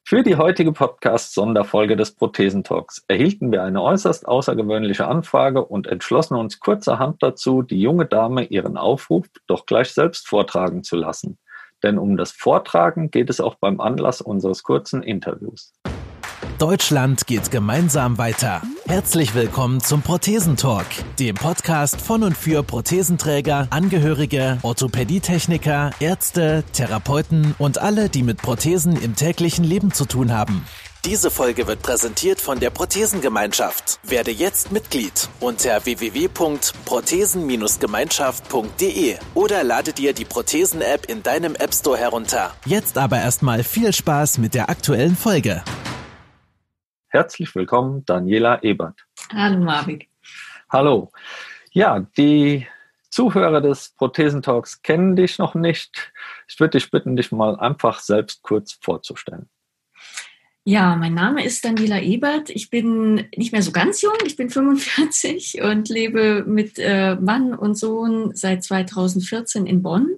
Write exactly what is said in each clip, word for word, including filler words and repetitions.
Für die heutige Podcast-Sonderfolge des Prothesentalks erhielten wir eine äußerst außergewöhnliche Anfrage und entschlossen uns kurzerhand dazu, die junge Dame ihren Aufruf doch gleich selbst vortragen zu lassen. Denn um das Vortragen geht es auch beim Anlass unseres kurzen Interviews. Deutschland geht gemeinsam weiter. Herzlich willkommen zum Prothesentalk, dem Podcast von und für Prothesenträger, Angehörige, Orthopädietechniker, Ärzte, Therapeuten und alle, die mit Prothesen im täglichen Leben zu tun haben. Diese Folge wird präsentiert von der Prothesengemeinschaft. Werde jetzt Mitglied unter w w w punkt prothesen gemeinschaft punkt d e oder lade dir die Prothesen-App in deinem App Store herunter. Jetzt aber erstmal viel Spaß mit der aktuellen Folge. Herzlich willkommen, Daniela Ebert. Hallo Marvik. Hallo. Ja, die Zuhörer des Prothesentalks kennen dich noch nicht. Ich würde dich bitten, dich mal einfach selbst kurz vorzustellen. Ja, mein Name ist Daniela Ebert. Ich bin nicht mehr so ganz jung, ich bin fünfundvierzig und lebe mit äh, Mann und Sohn seit zweitausendvierzehn in Bonn.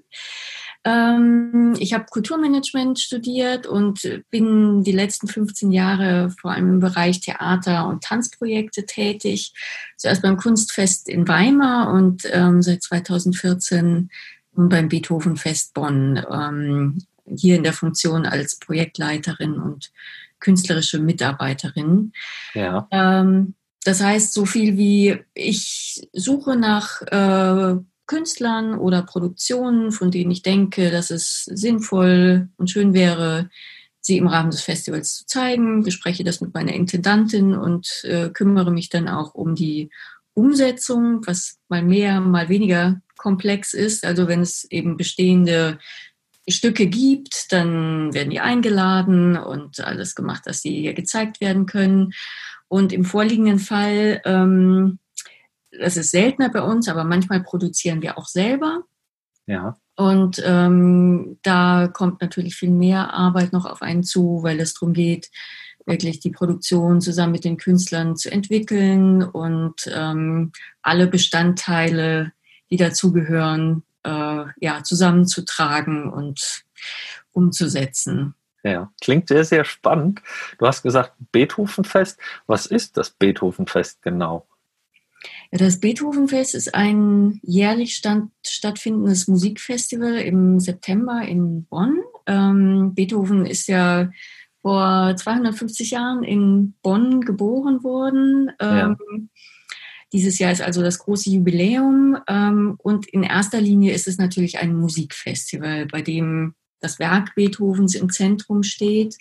Ähm, ich habe Kulturmanagement studiert und bin die letzten fünfzehn Jahre vor allem im Bereich Theater- und Tanzprojekte tätig. Zuerst beim Kunstfest in Weimar und ähm, seit zweitausendvierzehn beim Beethovenfest Bonn, ähm, hier in der Funktion als Projektleiterin und künstlerische Mitarbeiterin. Ja. Ähm, das heißt, so viel wie ich suche nach äh, Künstlern oder Produktionen, von denen ich denke, dass es sinnvoll und schön wäre, sie im Rahmen des Festivals zu zeigen. Bespreche das mit meiner Intendantin und äh, kümmere mich dann auch um die Umsetzung, was mal mehr, mal weniger komplex ist. Also wenn es eben bestehende Stücke gibt, dann werden die eingeladen und alles gemacht, dass sie hier gezeigt werden können. Und im vorliegenden Fall, ähm, das ist seltener bei uns, aber manchmal produzieren wir auch selber. Ja. Und ähm, da kommt natürlich viel mehr Arbeit noch auf einen zu, weil es darum geht, wirklich die Produktion zusammen mit den Künstlern zu entwickeln und ähm, alle Bestandteile, die dazugehören, äh, ja, zusammenzutragen und umzusetzen. Ja, klingt sehr, sehr spannend. Du hast gesagt Beethovenfest. Was ist das Beethovenfest genau? Ja, das Beethovenfest ist ein jährlich stand, stattfindendes Musikfestival im September in Bonn. Ähm, Beethoven ist ja vor zweihundertfünfzig Jahren in Bonn geboren worden. Ähm, Ja. Dieses Jahr ist also das große Jubiläum. Ähm, und in erster Linie ist es natürlich ein Musikfestival, bei dem das Werk Beethovens im Zentrum steht.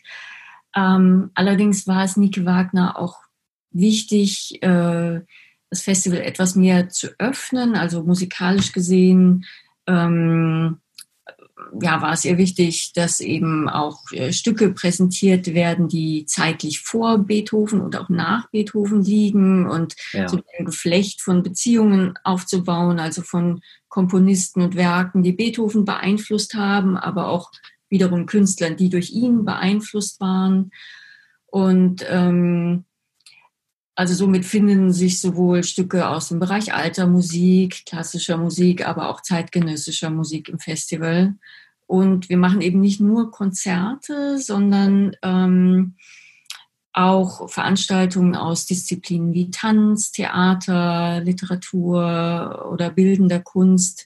Ähm, allerdings war es Nike Wagner auch wichtig, äh, das Festival etwas mehr zu öffnen, also musikalisch gesehen, ähm, ja, war es ihr wichtig, dass eben auch äh, Stücke präsentiert werden, die zeitlich vor Beethoven und auch nach Beethoven liegen und Ja. so ein Geflecht von Beziehungen aufzubauen, also von Komponisten und Werken, die Beethoven beeinflusst haben, aber auch wiederum Künstlern, die durch ihn beeinflusst waren. Und ähm, Also somit finden sich sowohl Stücke aus dem Bereich alter Musik, klassischer Musik, aber auch zeitgenössischer Musik im Festival. Und wir machen eben nicht nur Konzerte, sondern ähm, auch Veranstaltungen aus Disziplinen wie Tanz, Theater, Literatur oder bildender Kunst,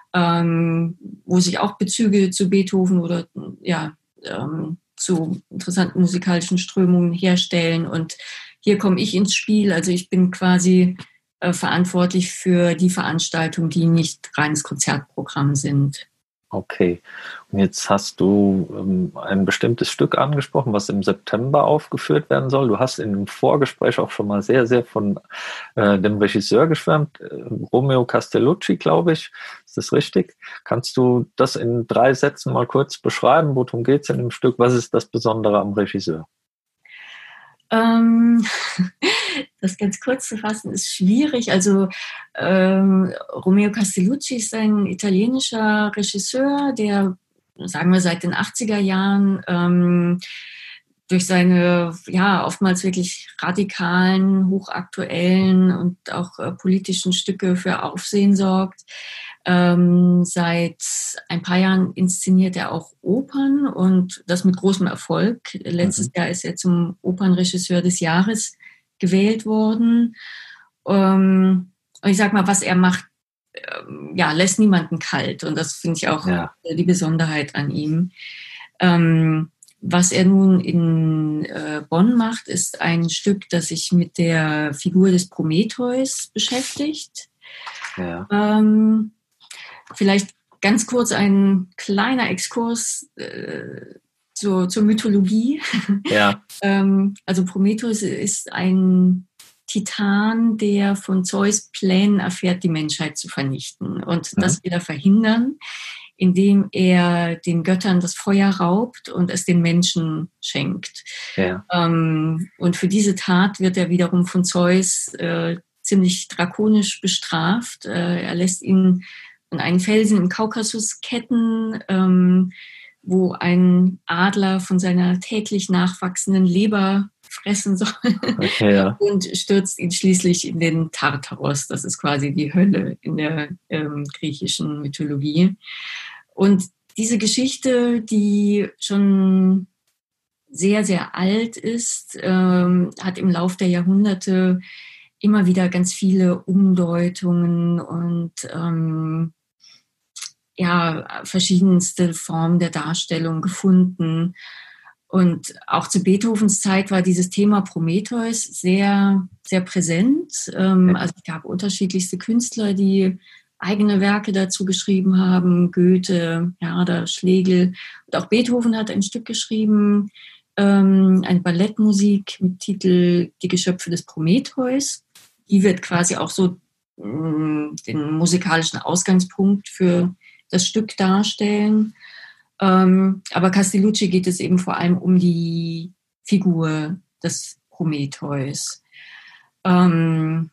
ähm, wo sich auch Bezüge zu Beethoven oder ja ähm, zu interessanten musikalischen Strömungen herstellen. Und hier komme ich ins Spiel. Also ich bin quasi äh, verantwortlich für die Veranstaltungen, die nicht reines Konzertprogramm sind. Okay. Und jetzt hast du ähm, ein bestimmtes Stück angesprochen, was im September aufgeführt werden soll. Du hast in dem Vorgespräch auch schon mal sehr, sehr von äh, dem Regisseur geschwärmt, äh, Romeo Castellucci, glaube ich. Ist das richtig? Kannst du das in drei Sätzen mal kurz beschreiben? Worum geht es in dem Stück? Was ist das Besondere am Regisseur? Ähm, das ganz kurz zu fassen ist schwierig. Also ähm, Romeo Castellucci ist ein italienischer Regisseur, der, sagen wir, seit den achtziger Jahren ähm, durch seine, ja, oftmals wirklich radikalen, hochaktuellen und auch äh, politischen Stücke für Aufsehen sorgt. Ähm, seit ein paar Jahren inszeniert er auch Opern und das mit großem Erfolg. Letztes Mhm. Jahr ist er zum Opernregisseur des Jahres gewählt worden. Ähm, und ich sag mal, was er macht, ähm, ja, lässt niemanden kalt. Und das finde ich auch Ja. die Besonderheit an ihm. Ähm, Was er nun in äh, Bonn macht, ist ein Stück, das sich mit der Figur des Prometheus beschäftigt. Ja. Ähm, vielleicht ganz kurz ein kleiner Exkurs äh, zur, zur Mythologie. Ja. ähm, also Prometheus ist ein Titan, der von Zeus Plänen erfährt, die Menschheit zu vernichten. Und Mhm. das will er verhindern, indem er den Göttern das Feuer raubt und es den Menschen schenkt. Ja. Ähm, und für diese Tat wird er wiederum von Zeus äh, ziemlich drakonisch bestraft. Äh, er lässt ihn an einen Felsen im Kaukasus ketten, ähm, wo ein Adler von seiner täglich nachwachsenden Leber fressen soll, Ja. und stürzt ihn schließlich in den Tartaros. Das ist quasi die Hölle in der ähm, griechischen Mythologie. Und diese Geschichte, die schon sehr, sehr alt ist, ähm, hat im Lauf der Jahrhunderte immer wieder ganz viele Umdeutungen und ähm, ja, verschiedenste Formen der Darstellung gefunden. Und auch zu Beethovens Zeit war dieses Thema Prometheus sehr, sehr präsent. Ähm, Ja. also es gab unterschiedlichste Künstler, die eigene Werke dazu geschrieben haben. Goethe, Herder, Schlegel. Und auch Beethoven hat ein Stück geschrieben, ähm, eine Ballettmusik mit Titel Die Geschöpfe des Prometheus. Die wird quasi auch so mh, den musikalischen Ausgangspunkt für das Stück darstellen. Ähm, aber Castellucci geht es eben vor allem um die Figur des Prometheus. Ähm,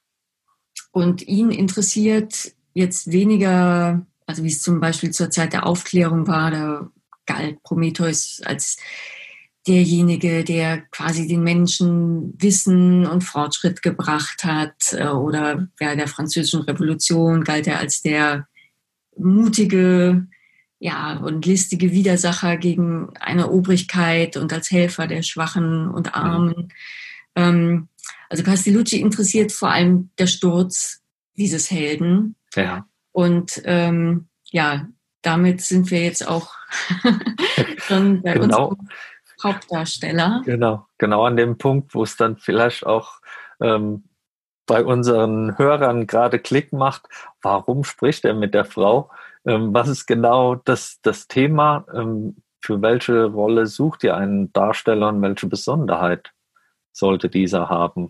und ihn interessiert jetzt weniger, also wie es zum Beispiel zur Zeit der Aufklärung war, da galt Prometheus als derjenige, der quasi den Menschen Wissen und Fortschritt gebracht hat. Oder während der Französischen Revolution galt er als der mutige, ja, und listige Widersacher gegen eine Obrigkeit und als Helfer der Schwachen und Armen. Mhm. Ähm, also Castellucci interessiert vor allem der Sturz dieses Helden. Ja. Und ähm, ja, damit sind wir jetzt auch schon bei Genau. unserem Hauptdarsteller. Genau, genau an dem Punkt, wo es dann vielleicht auch ähm, bei unseren Hörern gerade Klick macht, warum spricht er mit der Frau? Ähm, was ist genau das, das Thema? Ähm, für welche Rolle sucht ihr einen Darsteller und welche Besonderheit sollte dieser haben?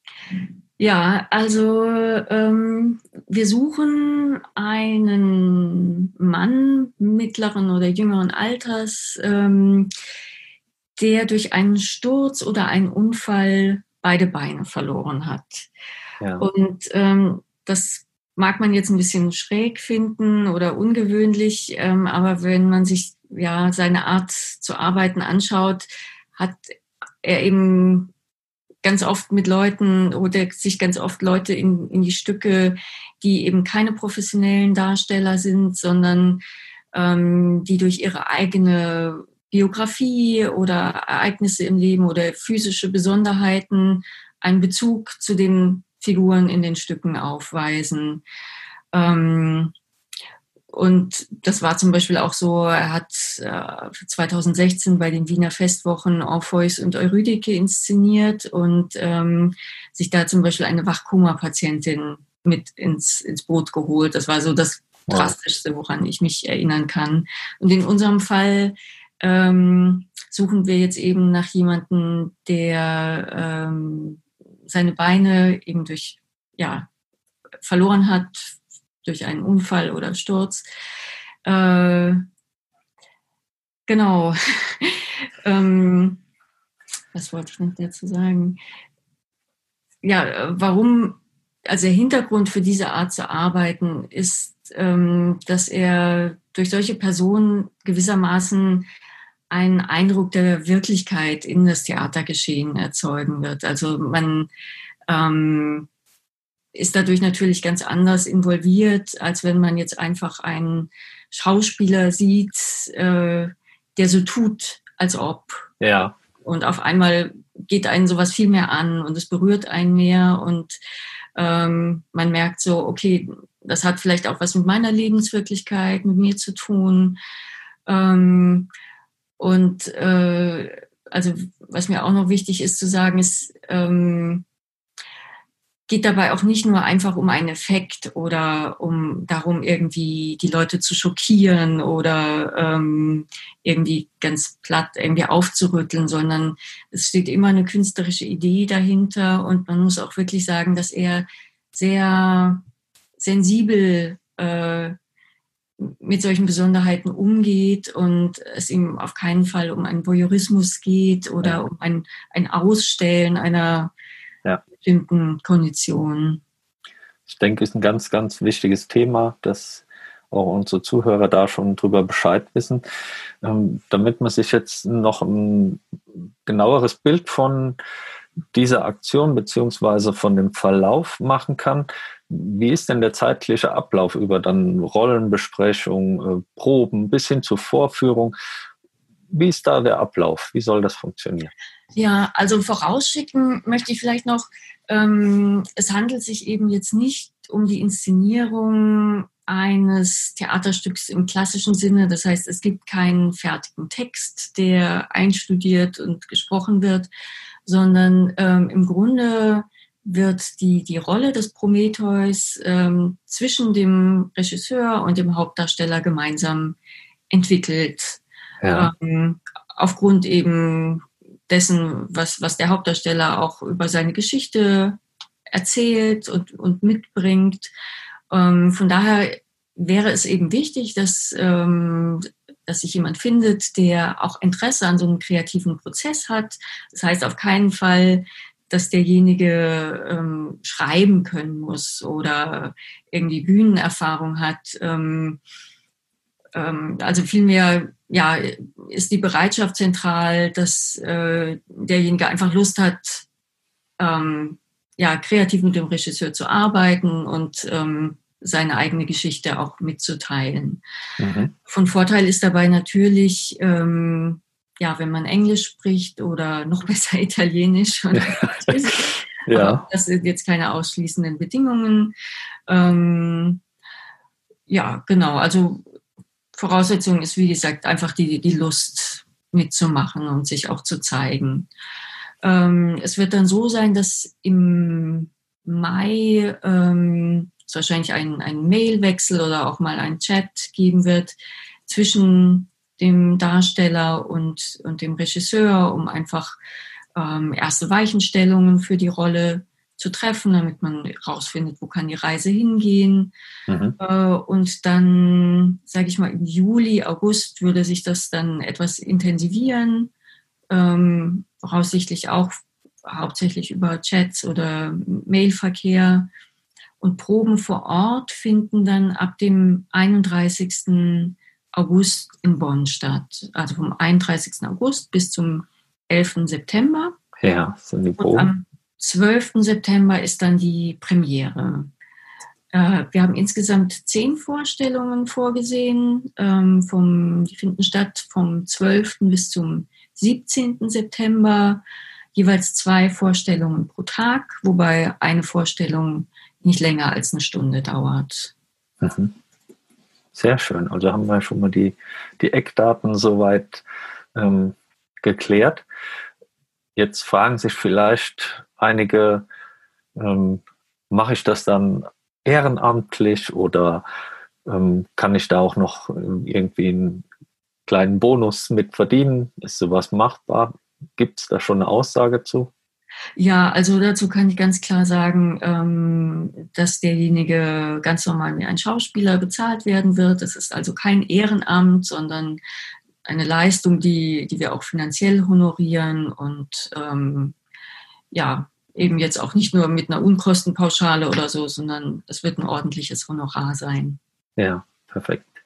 Ja, also ähm, wir suchen einen Mann mittleren oder jüngeren Alters, ähm, der durch einen Sturz oder einen Unfall beide Beine verloren hat. Ja. Und ähm, das mag man jetzt ein bisschen schräg finden oder ungewöhnlich, ähm, aber wenn man sich ja seine Art zu arbeiten anschaut, hat er eben ganz oft mit Leuten oder sich ganz oft Leute in, in die Stücke, die eben keine professionellen Darsteller sind, sondern ähm, die durch ihre eigene Biografie oder Ereignisse im Leben oder physische Besonderheiten einen Bezug zu den Figuren in den Stücken aufweisen. Ähm, Und das war zum Beispiel auch so, er hat äh, zwanzig sechzehn bei den Wiener Festwochen Orpheus und Eurydike inszeniert und ähm, sich da zum Beispiel eine Wachkoma-Patientin mit ins, ins Boot geholt. Das war so das wow. Drastischste, woran ich mich erinnern kann. Und in unserem Fall ähm, suchen wir jetzt eben nach jemandem, der ähm, seine Beine eben durch, ja, verloren hat, durch einen Unfall oder Sturz. Äh, genau. ähm, was wollte ich noch dazu sagen? Ja, warum, also der Hintergrund für diese Art zu arbeiten ist, ähm, dass er durch solche Personen gewissermaßen einen Eindruck der Wirklichkeit in das Theatergeschehen erzeugen wird. Also man ähm, ist dadurch natürlich ganz anders involviert, als wenn man jetzt einfach einen Schauspieler sieht, äh, der so tut, als ob. Ja. Und auf einmal geht einen sowas viel mehr an und es berührt einen mehr und ähm, man merkt so, okay, das hat vielleicht auch was mit meiner Lebenswirklichkeit, mit mir zu tun. Ähm, und äh, also was mir auch noch wichtig ist zu sagen, ist, ähm, geht dabei auch nicht nur einfach um einen Effekt oder um darum, irgendwie die Leute zu schockieren oder ähm, irgendwie ganz platt irgendwie aufzurütteln, sondern es steht immer eine künstlerische Idee dahinter und man muss auch wirklich sagen, dass er sehr sensibel äh, mit solchen Besonderheiten umgeht und es ihm auf keinen Fall um einen Voyeurismus geht oder ja. um ein, ein Ausstellen einer ja. bestimmten Kondition. Ich denke, es ist ein ganz, ganz wichtiges Thema, dass auch unsere Zuhörer da schon drüber Bescheid wissen. Ähm, damit man sich jetzt noch ein genaueres Bild von dieser Aktion beziehungsweise von dem Verlauf machen kann, wie ist denn der zeitliche Ablauf über dann Rollenbesprechung, äh, Proben bis hin zur Vorführung? Wie ist da der Ablauf? Wie soll das funktionieren? Ja, also vorausschicken möchte ich vielleicht noch, ähm, es handelt sich eben jetzt nicht um die Inszenierung eines Theaterstücks im klassischen Sinne. Das heißt, es gibt keinen fertigen Text, der einstudiert und gesprochen wird, sondern ähm, im Grunde wird die, die Rolle des Prometheus ähm, zwischen dem Regisseur und dem Hauptdarsteller gemeinsam entwickelt. Ja. Ähm, aufgrund eben dessen, was, was der Hauptdarsteller auch über seine Geschichte erzählt und, und mitbringt. Ähm, von daher wäre es eben wichtig, dass, ähm, dass sich jemand findet, der auch Interesse an so einem kreativen Prozess hat. Das heißt auf keinen Fall, dass derjenige ähm, schreiben können muss oder irgendwie Bühnenerfahrung hat. Ähm, ähm, also vielmehr ja, ist die Bereitschaft zentral, dass äh, derjenige einfach Lust hat, ähm, ja, kreativ mit dem Regisseur zu arbeiten und ähm, seine eigene Geschichte auch mitzuteilen. Mhm. Von Vorteil ist dabei natürlich, ähm, ja, wenn man Englisch spricht oder noch besser Italienisch. Und ja. Aber das sind jetzt keine ausschließenden Bedingungen. Ähm, ja, genau. Also Voraussetzung ist, wie gesagt, einfach die, die Lust mitzumachen und sich auch zu zeigen. Ähm, es wird dann so sein, dass im Mai ähm, es wahrscheinlich einen, einen Mailwechsel oder auch mal einen Chat geben wird zwischen dem Darsteller und, und dem Regisseur, um einfach ähm, erste Weichenstellungen für die Rolle zu treffen, damit man rausfindet, wo kann die Reise hingehen. Mhm. Äh, und dann, sage ich mal, im Juli, August würde sich das dann etwas intensivieren, ähm, voraussichtlich auch hauptsächlich über Chats oder Mailverkehr. Und Proben vor Ort finden dann ab dem einunddreißigsten August in Bonn statt. Also vom einunddreißigsten August bis zum elften September. Ja, sind die Proben. Und am zwölften September ist dann die Premiere. Äh, wir haben insgesamt zehn Vorstellungen vorgesehen. Ähm, vom, die finden statt vom zwölften bis zum siebzehnten September. Jeweils zwei Vorstellungen pro Tag, wobei eine Vorstellung nicht länger als eine Stunde dauert. Mhm. Sehr schön. Also haben wir schon mal die, die Eckdaten soweit ähm, geklärt. Jetzt fragen sich vielleicht einige, ähm, mache ich das dann ehrenamtlich oder ähm, kann ich da auch noch irgendwie einen kleinen Bonus mit verdienen? Ist sowas machbar? Gibt es da schon eine Aussage zu? Ja, also dazu kann ich ganz klar sagen, ähm, dass derjenige ganz normal wie ein Schauspieler bezahlt werden wird. Das ist also kein Ehrenamt, sondern eine Leistung, die, die wir auch finanziell honorieren und ähm, ja, eben jetzt auch nicht nur mit einer Unkostenpauschale oder so, sondern es wird ein ordentliches Honorar sein. Ja, perfekt.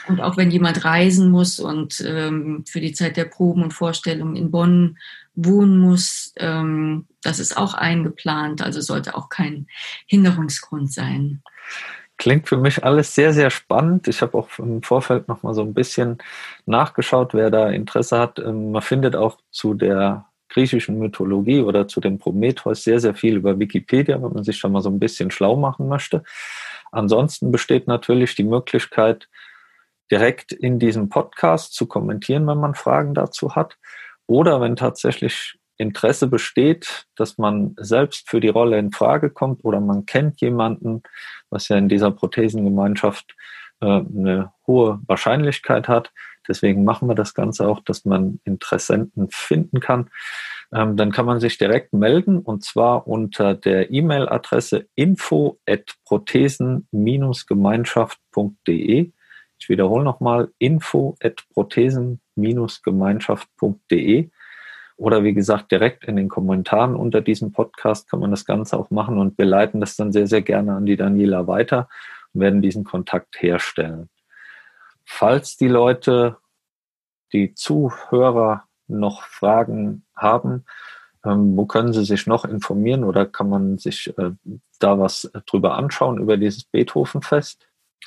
Und auch wenn jemand reisen muss und ähm, für die Zeit der Proben und Vorstellungen in Bonn wohnen muss, ähm, das ist auch eingeplant, also sollte auch kein Hinderungsgrund sein. Klingt für mich alles sehr, sehr spannend. Ich habe auch im Vorfeld noch mal so ein bisschen nachgeschaut, wer da Interesse hat. Man findet auch zu der griechischen Mythologie oder zu dem Prometheus sehr, sehr viel über Wikipedia, wenn man sich da mal so ein bisschen schlau machen möchte. Ansonsten besteht natürlich die Möglichkeit, direkt in diesem Podcast zu kommentieren, wenn man Fragen dazu hat. Oder wenn tatsächlich Interesse besteht, dass man selbst für die Rolle in Frage kommt oder man kennt jemanden, was ja in dieser Prothesengemeinschaft äh, eine hohe Wahrscheinlichkeit hat. Deswegen machen wir das Ganze auch, dass man Interessenten finden kann. Ähm, dann kann man sich direkt melden und zwar unter der E-Mail-Adresse info at prothesen Gemeinschaft punkt de. Ich wiederhole nochmal info at prothesen Gemeinschaft punkt de. Oder wie gesagt, direkt in den Kommentaren unter diesem Podcast kann man das Ganze auch machen und wir leiten das dann sehr, sehr gerne an die Daniela weiter und werden diesen Kontakt herstellen. Falls die Leute, die Zuhörer noch Fragen haben, ähm, wo können sie sich noch informieren oder kann man sich äh, da was drüber anschauen über dieses Beethovenfest?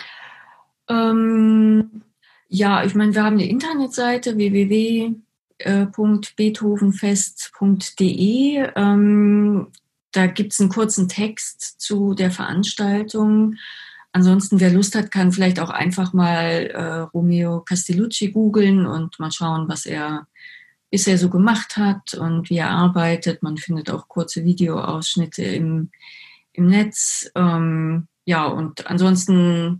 Ähm, ja, ich meine, wir haben eine Internetseite w w w punkt beethovenfest punkt de. Ähm, da gibt es einen kurzen Text zu der Veranstaltung. Ansonsten, wer Lust hat, kann vielleicht auch einfach mal äh, Romeo Castellucci googeln und mal schauen, was er bisher so gemacht hat und wie er arbeitet. Man findet auch kurze Videoausschnitte im, im Netz. Ähm, ja, und ansonsten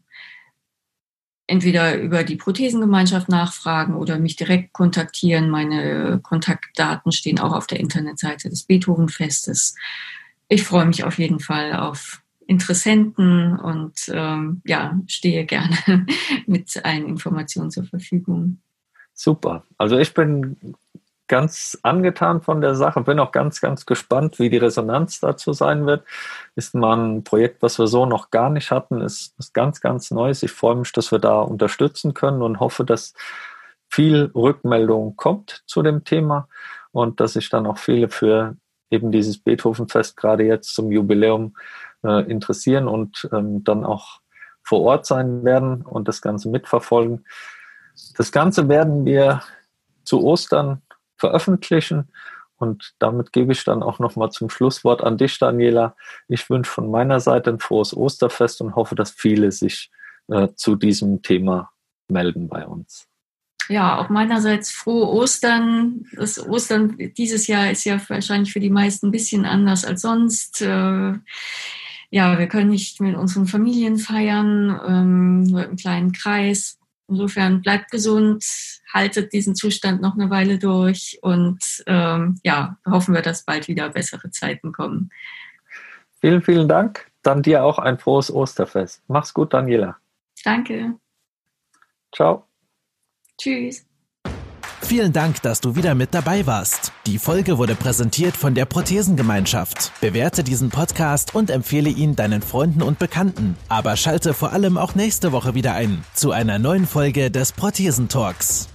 entweder über die Prothesengemeinschaft nachfragen oder mich direkt kontaktieren. Meine Kontaktdaten stehen auch auf der Internetseite des Beethovenfestes. Ich freue mich auf jeden Fall auf Interessenten und ähm, ja, stehe gerne mit allen Informationen zur Verfügung. Super. Also ich bin ganz angetan von der Sache, bin auch ganz, ganz gespannt, wie die Resonanz dazu sein wird. Ist mal ein Projekt, was wir so noch gar nicht hatten, ist, ist ganz, ganz Neues. Ich freue mich, dass wir da unterstützen können und hoffe, dass viel Rückmeldung kommt zu dem Thema und dass sich dann auch viele für eben dieses Beethovenfest gerade jetzt zum Jubiläum äh, interessieren und ähm, dann auch vor Ort sein werden und das Ganze mitverfolgen. Das Ganze werden wir zu Ostern veröffentlichen und damit gebe ich dann auch nochmal zum Schlusswort an dich, Daniela. Ich wünsche von meiner Seite ein frohes Osterfest und hoffe, dass viele sich äh, zu diesem Thema melden bei uns. Ja, auch meinerseits frohe Ostern. Das Ostern dieses Jahr ist ja wahrscheinlich für die meisten ein bisschen anders als sonst. Äh, ja, wir können nicht mit unseren Familien feiern, ähm, nur im kleinen Kreis. Insofern bleibt gesund, haltet diesen Zustand noch eine Weile durch und ähm, ja, hoffen wir, dass bald wieder bessere Zeiten kommen. Vielen, vielen Dank. Dann dir auch ein frohes Osterfest. Mach's gut, Daniela. Danke. Ciao. Tschüss. Vielen Dank, dass du wieder mit dabei warst. Die Folge wurde präsentiert von der Prothesengemeinschaft. Bewerte diesen Podcast und empfehle ihn deinen Freunden und Bekannten. Aber schalte vor allem auch nächste Woche wieder ein zu einer neuen Folge des Prothesentalks.